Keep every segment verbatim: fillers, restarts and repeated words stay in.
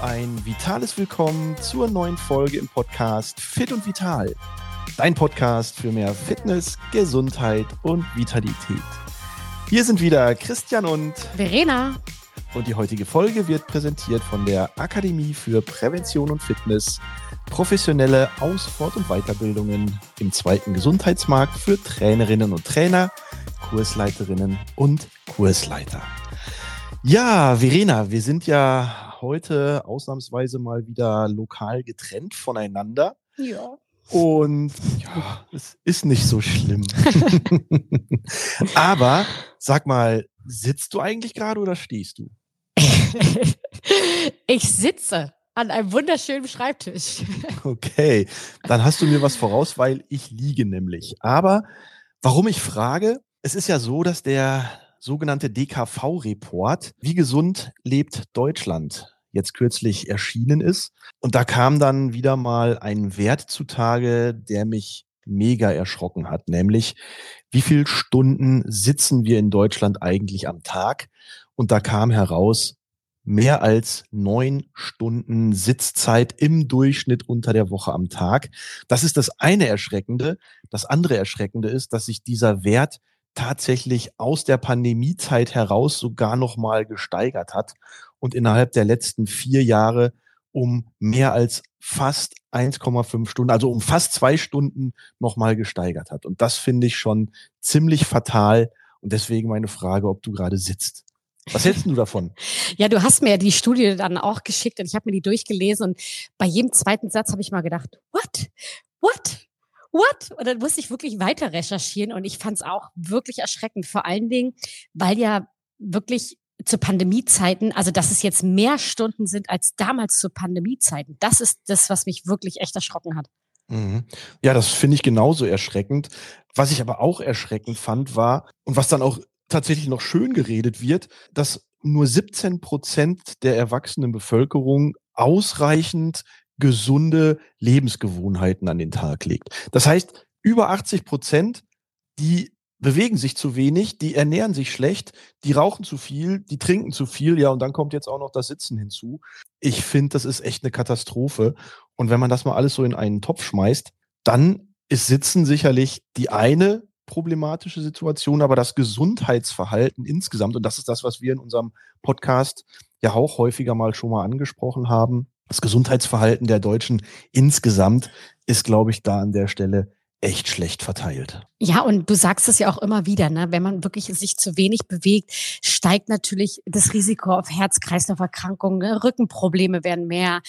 ein vitales Willkommen zur neuen Folge im Podcast Fit und Vital. Dein Podcast für mehr Fitness, Gesundheit und Vitalität. Hier sind wieder Christian und Verena. Und die heutige Folge wird präsentiert von der Akademie für Prävention und Fitness, professionelle Aus-, Fort- und Weiterbildungen im zweiten Gesundheitsmarkt für Trainerinnen und Trainer, Kursleiterinnen und Kursleiter. Ja, Verena, wir sind ja heute ausnahmsweise mal wieder lokal getrennt voneinander. Ja. Und ja, es ist nicht so schlimm. Aber sag mal, sitzt du eigentlich gerade oder stehst du? Ich sitze an einem wunderschönen Schreibtisch. Okay, dann hast du mir was voraus, weil ich liege nämlich. Aber warum ich frage, es ist ja so, dass der sogenannte D K V-Report Wie gesund lebt Deutschland jetzt kürzlich erschienen ist. Und da kam dann wieder mal ein Wert zutage, der mich mega erschrocken hat, nämlich wie viele Stunden sitzen wir in Deutschland eigentlich am Tag? Und da kam heraus, mehr als neun Stunden Sitzzeit im Durchschnitt unter der Woche am Tag. Das ist das eine Erschreckende. Das andere Erschreckende ist, dass sich dieser Wert tatsächlich aus der Pandemiezeit heraus sogar noch mal gesteigert hat und innerhalb der letzten vier Jahre um mehr als fast eins Komma fünf Stunden, also um fast zwei Stunden noch mal gesteigert hat. Und das finde ich schon ziemlich fatal. Und deswegen meine Frage, ob du gerade sitzt. Was hältst du davon? Ja, du hast mir die Studie dann auch geschickt und ich habe mir die durchgelesen und bei jedem zweiten Satz habe ich mal gedacht, what? What? What? Und dann musste ich wirklich weiter recherchieren und ich fand es auch wirklich erschreckend. Vor allen Dingen, weil ja wirklich zu Pandemiezeiten, also dass es jetzt mehr Stunden sind als damals zu Pandemiezeiten. Das ist das, was mich wirklich echt erschrocken hat. Mhm. Ja, das finde ich genauso erschreckend. Was ich aber auch erschreckend fand, war, und was dann auch tatsächlich noch schön geredet wird, dass nur siebzehn Prozent der erwachsenen Bevölkerung ausreichend gesunde Lebensgewohnheiten an den Tag legt. Das heißt, über achtzig Prozent, die bewegen sich zu wenig, die ernähren sich schlecht, die rauchen zu viel, die trinken zu viel, ja, und dann kommt jetzt auch noch das Sitzen hinzu. Ich finde, das ist echt eine Katastrophe. Und wenn man das mal alles so in einen Topf schmeißt, dann ist Sitzen sicherlich die eine problematische Situation, aber das Gesundheitsverhalten insgesamt, und das ist das, was wir in unserem Podcast ja auch häufiger mal schon mal angesprochen haben, das Gesundheitsverhalten der Deutschen insgesamt ist, glaube ich, da an der Stelle echt schlecht verteilt. Ja, und du sagst es ja auch immer wieder, ne? Wenn man wirklich sich zu wenig bewegt, steigt natürlich das Risiko auf Herz-Kreislauf-Erkrankungen, Rückenprobleme werden mehr,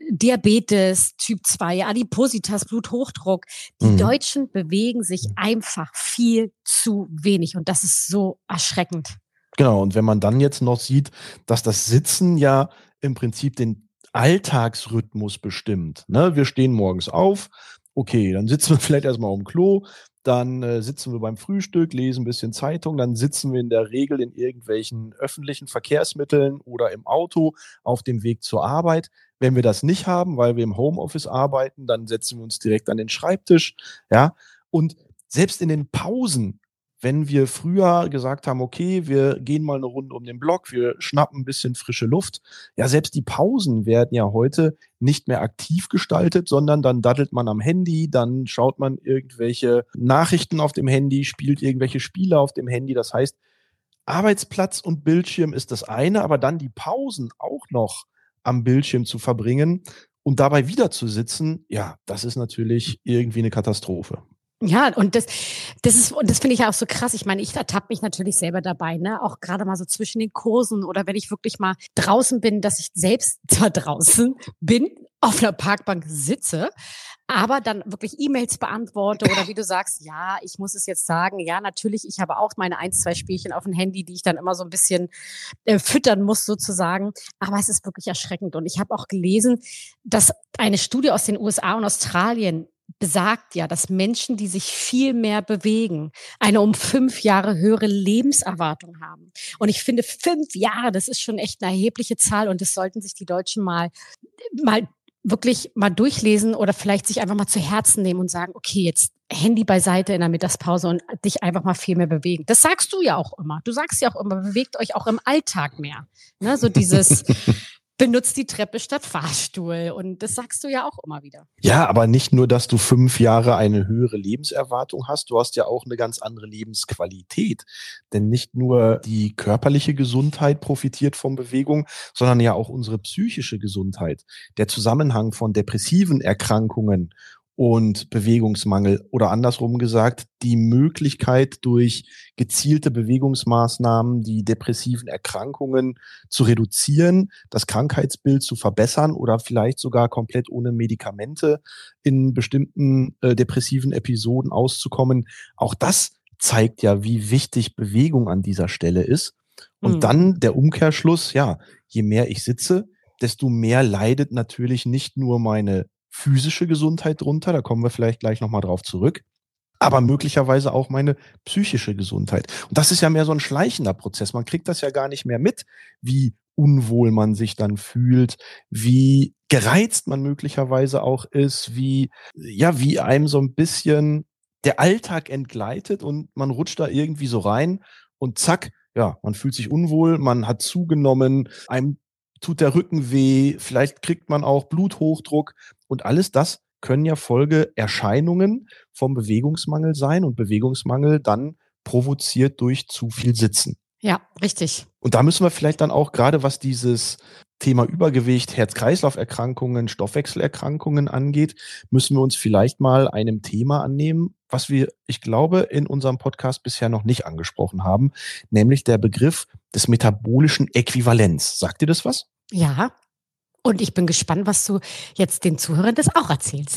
Diabetes, Typ zwei, Adipositas, Bluthochdruck. Die mhm. Deutschen bewegen sich einfach viel zu wenig und das ist so erschreckend. Genau, und wenn man dann jetzt noch sieht, dass das Sitzen ja im Prinzip den Alltagsrhythmus bestimmt. Ne? Wir stehen morgens auf, okay, dann sitzen wir vielleicht erstmal auf dem Klo, dann äh, sitzen wir beim Frühstück, lesen ein bisschen Zeitung, dann sitzen wir in der Regel in irgendwelchen öffentlichen Verkehrsmitteln oder im Auto auf dem Weg zur Arbeit. Wenn wir das nicht haben, weil wir im Homeoffice arbeiten, dann setzen wir uns direkt an den Schreibtisch. Ja, und selbst in den Pausen, wenn wir früher gesagt haben, okay, wir gehen mal eine Runde um den Block, wir schnappen ein bisschen frische Luft. Ja, selbst die Pausen werden ja heute nicht mehr aktiv gestaltet, sondern dann daddelt man am Handy, dann schaut man irgendwelche Nachrichten auf dem Handy, spielt irgendwelche Spiele auf dem Handy. Das heißt, Arbeitsplatz und Bildschirm ist das eine, aber dann die Pausen auch noch am Bildschirm zu verbringen und dabei wieder zu sitzen, ja, das ist natürlich irgendwie eine Katastrophe. Ja, und das, das ist, und das finde ich ja auch so krass. Ich meine, ich ertappe mich natürlich selber dabei, ne? Auch gerade mal so zwischen den Kursen oder wenn ich wirklich mal draußen bin, dass ich selbst zwar draußen bin, auf einer Parkbank sitze, aber dann wirklich E-Mails beantworte oder wie du sagst, ja, ich muss es jetzt sagen, ja, natürlich, ich habe auch meine ein, zwei Spielchen auf dem Handy, die ich dann immer so ein bisschen äh, füttern muss sozusagen, aber es ist wirklich erschreckend und ich habe auch gelesen, dass eine Studie aus den U S A und Australien besagt ja, dass Menschen, die sich viel mehr bewegen, eine um fünf Jahre höhere Lebenserwartung haben. Und ich finde, fünf Jahre, das ist schon echt eine erhebliche Zahl und das sollten sich die Deutschen mal, mal wirklich mal durchlesen oder vielleicht sich einfach mal zu Herzen nehmen und sagen, okay, jetzt Handy beiseite in der Mittagspause und dich einfach mal viel mehr bewegen. Das sagst du ja auch immer. Du sagst ja auch immer, bewegt euch auch im Alltag mehr. Ne? So dieses benutzt die Treppe statt Fahrstuhl. Und das sagst du ja auch immer wieder. Ja, aber nicht nur, dass du fünf Jahre eine höhere Lebenserwartung hast, du hast ja auch eine ganz andere Lebensqualität. Denn nicht nur die körperliche Gesundheit profitiert von Bewegung, sondern ja auch unsere psychische Gesundheit. Der Zusammenhang von depressiven Erkrankungen und Bewegungsmangel oder andersrum gesagt, die Möglichkeit durch gezielte Bewegungsmaßnahmen die depressiven Erkrankungen zu reduzieren, das Krankheitsbild zu verbessern oder vielleicht sogar komplett ohne Medikamente in bestimmten äh, depressiven Episoden auszukommen. Auch das zeigt ja, wie wichtig Bewegung an dieser Stelle ist. Und Mhm. dann der Umkehrschluss, ja, je mehr ich sitze, desto mehr leidet natürlich nicht nur meine physische Gesundheit drunter, da kommen wir vielleicht gleich nochmal drauf zurück, aber möglicherweise auch meine psychische Gesundheit. Und das ist ja mehr so ein schleichender Prozess. Man kriegt das ja gar nicht mehr mit, wie unwohl man sich dann fühlt, wie gereizt man möglicherweise auch ist, wie, ja, wie einem so ein bisschen der Alltag entgleitet und man rutscht da irgendwie so rein und zack, ja, man fühlt sich unwohl, man hat zugenommen, einem tut der Rücken weh, vielleicht kriegt man auch Bluthochdruck und alles das können ja Folgeerscheinungen vom Bewegungsmangel sein und Bewegungsmangel dann provoziert durch zu viel Sitzen. Ja, richtig. Und da müssen wir vielleicht dann auch gerade, was dieses Thema Übergewicht, Herz-Kreislauf-Erkrankungen, Stoffwechselerkrankungen angeht, müssen wir uns vielleicht mal einem Thema annehmen, was wir, ich glaube, in unserem Podcast bisher noch nicht angesprochen haben, nämlich der Begriff des metabolischen Äquivalents. Sagt dir das was? Ja. Und ich bin gespannt, was du jetzt den Zuhörern das auch erzählst.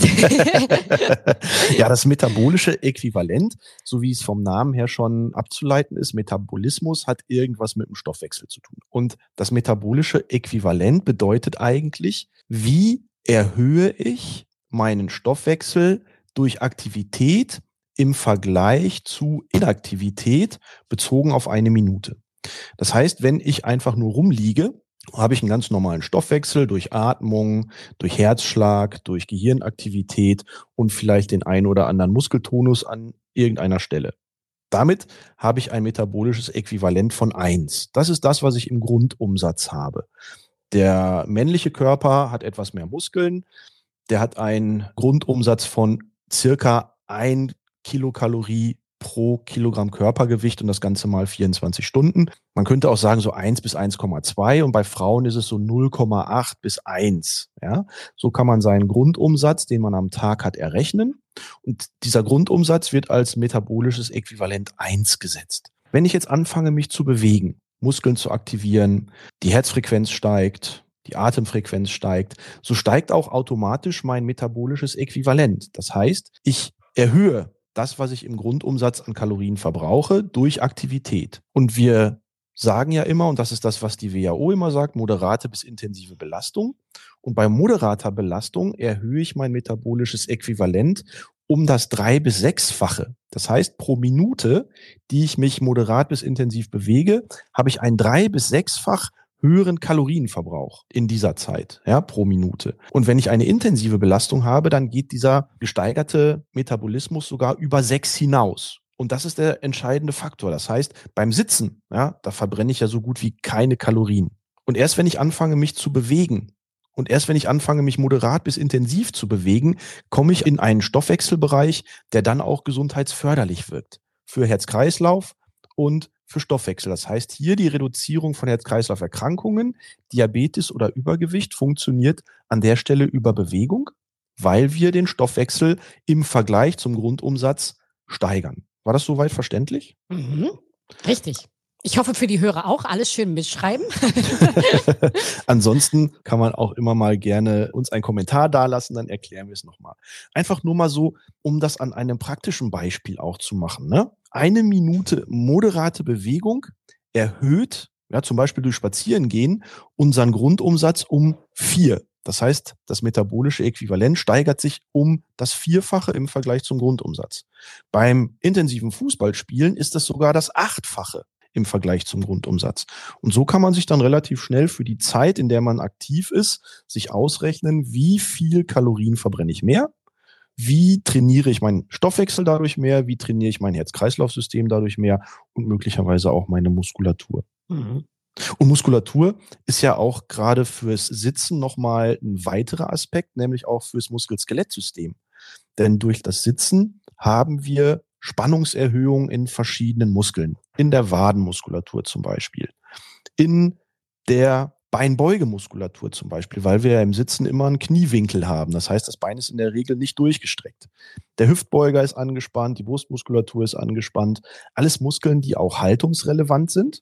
Ja, das metabolische Äquivalent, so wie es vom Namen her schon abzuleiten ist, Metabolismus hat irgendwas mit dem Stoffwechsel zu tun. Und das metabolische Äquivalent bedeutet eigentlich, wie erhöhe ich meinen Stoffwechsel durch Aktivität im Vergleich zu Inaktivität bezogen auf eine Minute. Das heißt, wenn ich einfach nur rumliege, habe ich einen ganz normalen Stoffwechsel durch Atmung, durch Herzschlag, durch Gehirnaktivität und vielleicht den einen oder anderen Muskeltonus an irgendeiner Stelle. Damit habe ich ein metabolisches Äquivalent von eins. Das ist das, was ich im Grundumsatz habe. Der männliche Körper hat etwas mehr Muskeln. Der hat einen Grundumsatz von circa ein Kilokalorie pro Kilogramm Körpergewicht und das Ganze mal vierundzwanzig Stunden. Man könnte auch sagen so eins bis eins Komma zwei und bei Frauen ist es so null Komma acht bis eins. Ja? So kann man seinen Grundumsatz, den man am Tag hat, errechnen und dieser Grundumsatz wird als metabolisches Äquivalent eins gesetzt. Wenn ich jetzt anfange, mich zu bewegen, Muskeln zu aktivieren, die Herzfrequenz steigt, die Atemfrequenz steigt, so steigt auch automatisch mein metabolisches Äquivalent. Das heißt, ich erhöhe das, was ich im Grundumsatz an Kalorien verbrauche, durch Aktivität. Und wir sagen ja immer, und das ist das, was die W H O immer sagt, moderate bis intensive Belastung. Und bei moderater Belastung erhöhe ich mein metabolisches Äquivalent um das drei- bis sechsfache. Das heißt, pro Minute, die ich mich moderat bis intensiv bewege, habe ich ein drei- bis sechsfach höheren Kalorienverbrauch in dieser Zeit, ja, pro Minute. Und wenn ich eine intensive Belastung habe, dann geht dieser gesteigerte Metabolismus sogar über sechs hinaus. Und das ist der entscheidende Faktor. Das heißt, beim Sitzen, ja, da verbrenne ich ja so gut wie keine Kalorien. Und erst wenn ich anfange, mich zu bewegen und erst wenn ich anfange, mich moderat bis intensiv zu bewegen, komme ich in einen Stoffwechselbereich, der dann auch gesundheitsförderlich wirkt. Für Herz-Kreislauf und für Stoffwechsel. Das heißt, hier die Reduzierung von Herz-Kreislauf-Erkrankungen, Diabetes oder Übergewicht funktioniert an der Stelle über Bewegung, weil wir den Stoffwechsel im Vergleich zum Grundumsatz steigern. War das soweit verständlich? Mhm. Richtig. Ich hoffe für die Hörer auch, alles schön mitschreiben. Ansonsten kann man auch immer mal gerne uns einen Kommentar dalassen, dann erklären wir es nochmal. Einfach nur mal so, um das an einem praktischen Beispiel auch zu machen. Ne? Eine Minute moderate Bewegung erhöht, ja, zum Beispiel durch Spazierengehen, unseren Grundumsatz um vier. Das heißt, das metabolische Äquivalent steigert sich um das Vierfache im Vergleich zum Grundumsatz. Beim intensiven Fußballspielen ist das sogar das Achtfache im Vergleich zum Grundumsatz. Und so kann man sich dann relativ schnell für die Zeit, in der man aktiv ist, sich ausrechnen, wie viel Kalorien verbrenne ich mehr, wie trainiere ich meinen Stoffwechsel dadurch mehr, wie trainiere ich mein Herz-Kreislauf-System dadurch mehr und möglicherweise auch meine Muskulatur. Mhm. Und Muskulatur ist ja auch gerade fürs Sitzen nochmal ein weiterer Aspekt, nämlich auch fürs Muskel-Skelett-System. Denn durch das Sitzen haben wir Spannungserhöhung in verschiedenen Muskeln. In der Wadenmuskulatur zum Beispiel. In der Beinbeugemuskulatur zum Beispiel, weil wir ja im Sitzen immer einen Kniewinkel haben. Das heißt, das Bein ist in der Regel nicht durchgestreckt. Der Hüftbeuger ist angespannt, die Brustmuskulatur ist angespannt. Alles Muskeln, die auch haltungsrelevant sind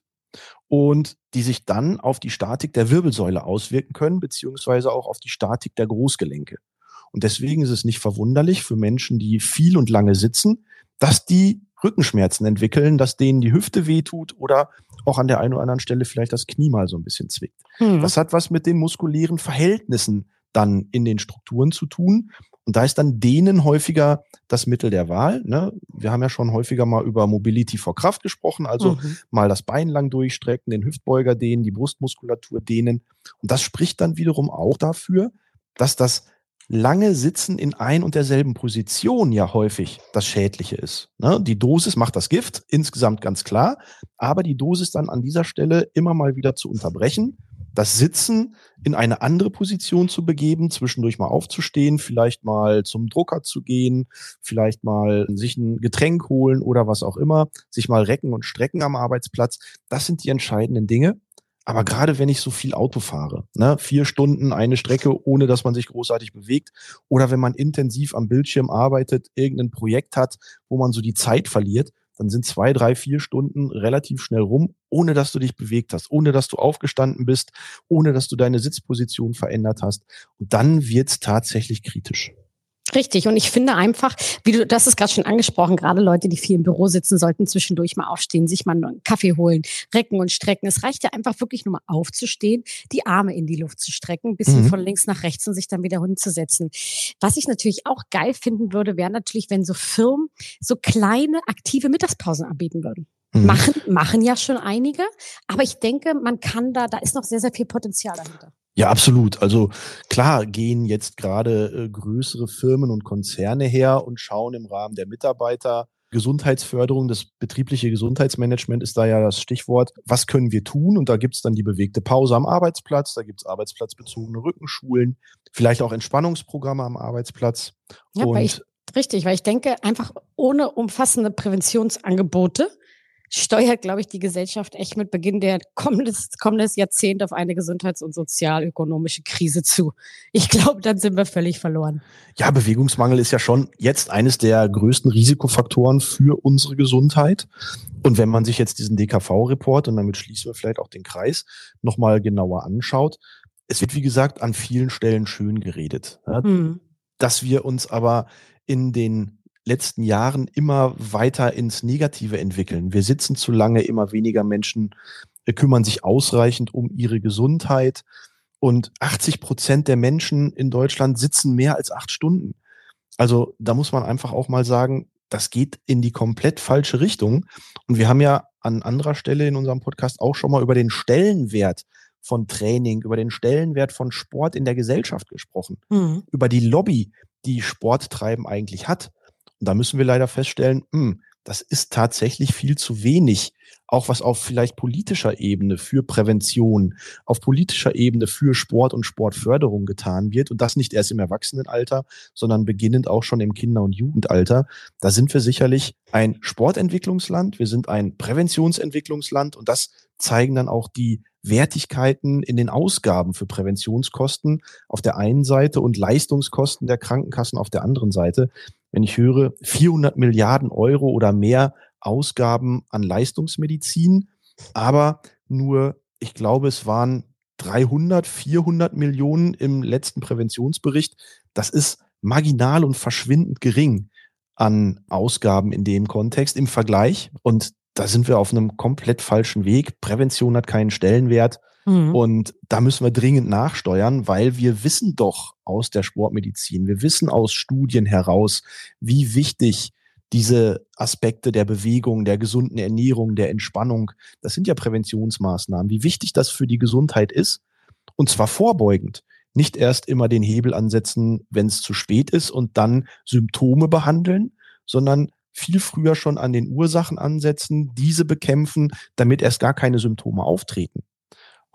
und die sich dann auf die Statik der Wirbelsäule auswirken können, beziehungsweise auch auf die Statik der Großgelenke. Und deswegen ist es nicht verwunderlich für Menschen, die viel und lange sitzen, dass die Rückenschmerzen entwickeln, dass denen die Hüfte wehtut oder auch an der einen oder anderen Stelle vielleicht das Knie mal so ein bisschen zwickt. Mhm. Das hat was mit den muskulären Verhältnissen dann in den Strukturen zu tun. Und da ist dann Dehnen häufiger das Mittel der Wahl. Ne? Wir haben ja schon häufiger mal über Mobility vor Kraft gesprochen, also mhm. mal das Bein lang durchstrecken, den Hüftbeuger dehnen, die Brustmuskulatur dehnen. Und das spricht dann wiederum auch dafür, dass das lange Sitzen in ein und derselben Position ja häufig das Schädliche ist. Ne? Die Dosis macht das Gift, insgesamt ganz klar, aber die Dosis dann an dieser Stelle immer mal wieder zu unterbrechen, das Sitzen in eine andere Position zu begeben, zwischendurch mal aufzustehen, vielleicht mal zum Drucker zu gehen, vielleicht mal sich ein Getränk holen oder was auch immer, sich mal recken und strecken am Arbeitsplatz. Das sind die entscheidenden Dinge. Aber gerade wenn ich so viel Auto fahre, ne, vier Stunden eine Strecke, ohne dass man sich großartig bewegt, oder wenn man intensiv am Bildschirm arbeitet, irgendein Projekt hat, wo man so die Zeit verliert, dann sind zwei, drei, vier Stunden relativ schnell rum, ohne dass du dich bewegt hast, ohne dass du aufgestanden bist, ohne dass du deine Sitzposition verändert hast. Und dann wird's tatsächlich kritisch. Richtig. Und ich finde einfach, wie du, das ist gerade schon angesprochen, gerade Leute, die viel im Büro sitzen, sollten zwischendurch mal aufstehen, sich mal einen Kaffee holen, recken und strecken. Es reicht ja einfach wirklich nur mal aufzustehen, die Arme in die Luft zu strecken, ein bisschen mhm. von links nach rechts und sich dann wieder hinzusetzen. Was ich natürlich auch geil finden würde, wäre natürlich, wenn so Firmen so kleine, aktive Mittagspausen anbieten würden. Mhm. Machen, machen ja schon einige. Aber ich denke, man kann da, da ist noch sehr, sehr viel Potenzial dahinter. Ja, absolut. Also klar gehen jetzt gerade äh, größere Firmen und Konzerne her und schauen im Rahmen der Mitarbeiter. Gesundheitsförderung, das betriebliche Gesundheitsmanagement ist da ja das Stichwort. Was können wir tun? Und da gibt's dann die bewegte Pause am Arbeitsplatz, da gibt's arbeitsplatzbezogene Rückenschulen, vielleicht auch Entspannungsprogramme am Arbeitsplatz. Ja, und weil ich, richtig, weil ich denke, einfach ohne umfassende Präventionsangebote steuert, glaube ich, die Gesellschaft echt mit Beginn der kommendes, kommendes Jahrzehnt auf eine gesundheits- und sozialökonomische Krise zu. Ich glaube, dann sind wir völlig verloren. Ja, Bewegungsmangel ist ja schon jetzt eines der größten Risikofaktoren für unsere Gesundheit. Und wenn man sich jetzt diesen D K V-Report, und damit schließen wir vielleicht auch den Kreis, nochmal genauer anschaut, es wird, wie gesagt, an vielen Stellen schön geredet. Ja, hm. Dass wir uns aber in den letzten Jahren immer weiter ins Negative entwickeln. Wir sitzen zu lange, immer weniger Menschen kümmern sich ausreichend um ihre Gesundheit und achtzig Prozent der Menschen in Deutschland sitzen mehr als acht Stunden. Also da muss man einfach auch mal sagen, das geht in die komplett falsche Richtung. Und wir haben ja an anderer Stelle in unserem Podcast auch schon mal über den Stellenwert von Training, über den Stellenwert von Sport in der Gesellschaft gesprochen, mhm. über die Lobby, die Sporttreiben eigentlich hat. Und da müssen wir leider feststellen, mh, das ist tatsächlich viel zu wenig, auch was auf vielleicht politischer Ebene für Prävention, auf politischer Ebene für Sport und Sportförderung getan wird. Und das nicht erst im Erwachsenenalter, sondern beginnend auch schon im Kinder- und Jugendalter. Da sind wir sicherlich ein Sportentwicklungsland, wir sind ein Präventionsentwicklungsland und das zeigen dann auch die Wertigkeiten in den Ausgaben für Präventionskosten auf der einen Seite und Leistungskosten der Krankenkassen auf der anderen Seite. Wenn ich höre, vierhundert Milliarden Euro oder mehr Ausgaben an Leistungsmedizin, aber nur, ich glaube, es waren dreihundert, vierhundert Millionen im letzten Präventionsbericht. Das ist marginal und verschwindend gering an Ausgaben in dem Kontext im Vergleich. Und da sind wir auf einem komplett falschen Weg. Prävention hat keinen Stellenwert. Mhm. Und da müssen wir dringend nachsteuern, weil wir wissen doch aus der Sportmedizin, wir wissen aus Studien heraus, wie wichtig diese Aspekte der Bewegung, der gesunden Ernährung, der Entspannung, das sind ja Präventionsmaßnahmen, wie wichtig das für die Gesundheit ist. Und zwar vorbeugend. Nicht erst immer den Hebel ansetzen, wenn es zu spät ist und dann Symptome behandeln, sondern viel früher schon an den Ursachen ansetzen, diese bekämpfen, damit erst gar keine Symptome auftreten.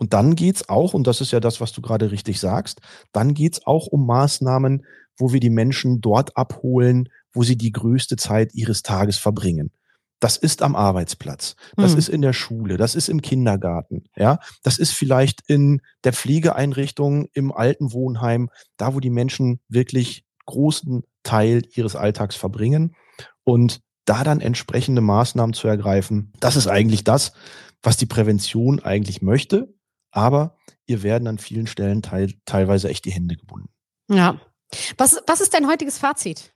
Und dann geht's auch, und das ist ja das, was du gerade richtig sagst, dann geht's auch um Maßnahmen, wo wir die Menschen dort abholen, wo sie die größte Zeit ihres Tages verbringen. Das ist am Arbeitsplatz, das Mhm. ist in der Schule, das ist im Kindergarten, ja, das ist vielleicht in der Pflegeeinrichtung, im Altenwohnheim, da wo die Menschen wirklich großen Teil ihres Alltags verbringen und da dann entsprechende Maßnahmen zu ergreifen. Das ist eigentlich das, was die Prävention eigentlich möchte, aber ihr werden an vielen Stellen teil, teilweise echt die Hände gebunden. Ja. Was, was ist dein heutiges Fazit?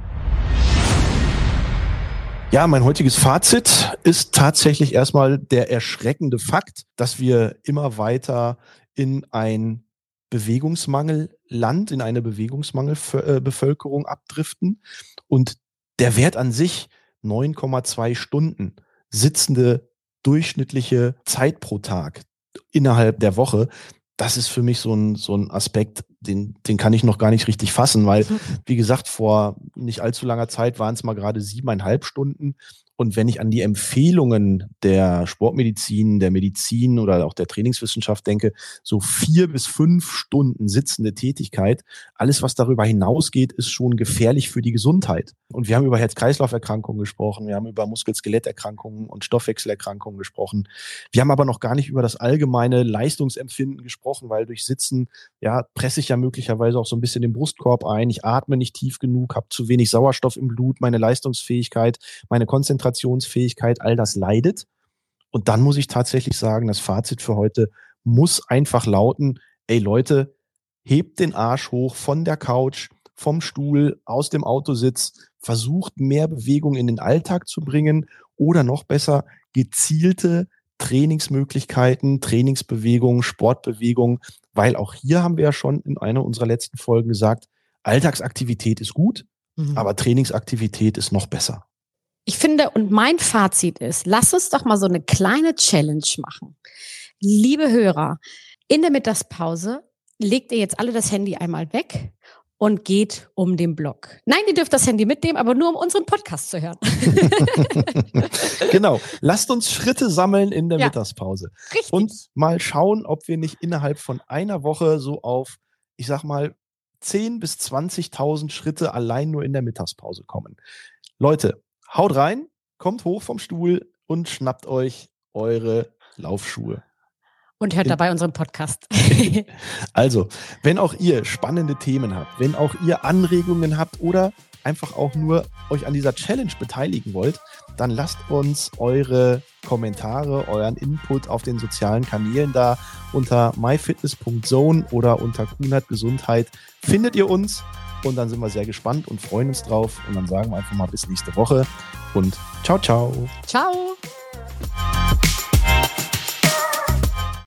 Ja, mein heutiges Fazit ist tatsächlich erstmal der erschreckende Fakt, dass wir immer weiter in ein Bewegungsmangelland, in eine Bewegungsmangelbevölkerung abdriften und der Wert an sich neun Komma zwei Stunden sitzende durchschnittliche Zeit pro Tag innerhalb der Woche, das ist für mich so ein, so ein Aspekt, den, den kann ich noch gar nicht richtig fassen, weil, wie gesagt, vor nicht allzu langer Zeit waren es mal gerade siebeneinhalb Stunden. Und wenn ich an die Empfehlungen der Sportmedizin, der Medizin oder auch der Trainingswissenschaft denke, so vier bis fünf Stunden sitzende Tätigkeit, alles, was darüber hinausgeht, ist schon gefährlich für die Gesundheit. Und wir haben über Herz-Kreislauf-Erkrankungen gesprochen, wir haben über Muskel-Skelett-Erkrankungen und Stoffwechselerkrankungen gesprochen. Wir haben aber noch gar nicht über das allgemeine Leistungsempfinden gesprochen, weil durch Sitzen, ja, presse ich ja möglicherweise auch so ein bisschen den Brustkorb ein, ich atme nicht tief genug, habe zu wenig Sauerstoff im Blut, meine Leistungsfähigkeit, meine Konzentration Konzentrationsfähigkeit, all das leidet. Und dann muss ich tatsächlich sagen, das Fazit für heute muss einfach lauten, ey Leute, hebt den Arsch hoch von der Couch, vom Stuhl, aus dem Autositz, versucht mehr Bewegung in den Alltag zu bringen oder noch besser gezielte Trainingsmöglichkeiten, Trainingsbewegung, Sportbewegung, weil auch hier haben wir ja schon in einer unserer letzten Folgen gesagt, Alltagsaktivität ist gut, mhm. aber Trainingsaktivität ist noch besser. Ich finde, und mein Fazit ist, lass uns doch mal so eine kleine Challenge machen. Liebe Hörer, in der Mittagspause legt ihr jetzt alle das Handy einmal weg und geht um den Block. Nein, ihr dürft das Handy mitnehmen, aber nur um unseren Podcast zu hören. Genau. Lasst uns Schritte sammeln in der ja, Mittagspause. Richtig. Und mal schauen, ob wir nicht innerhalb von einer Woche so auf, ich sag mal, zehntausend bis zwanzigtausend Schritte allein nur in der Mittagspause kommen. Leute, haut rein, kommt hoch vom Stuhl und schnappt euch eure Laufschuhe. Und hört dabei unseren Podcast. Also, wenn auch ihr spannende Themen habt, wenn auch ihr Anregungen habt oder einfach auch nur euch an dieser Challenge beteiligen wollt, dann lasst uns eure Kommentare, euren Input auf den sozialen Kanälen da. Unter myfitness punkt zone oder unter Kuhnert Gesundheit findet ihr uns. Und dann sind wir sehr gespannt und freuen uns drauf. Und dann sagen wir einfach mal bis nächste Woche. Und ciao, ciao. Ciao.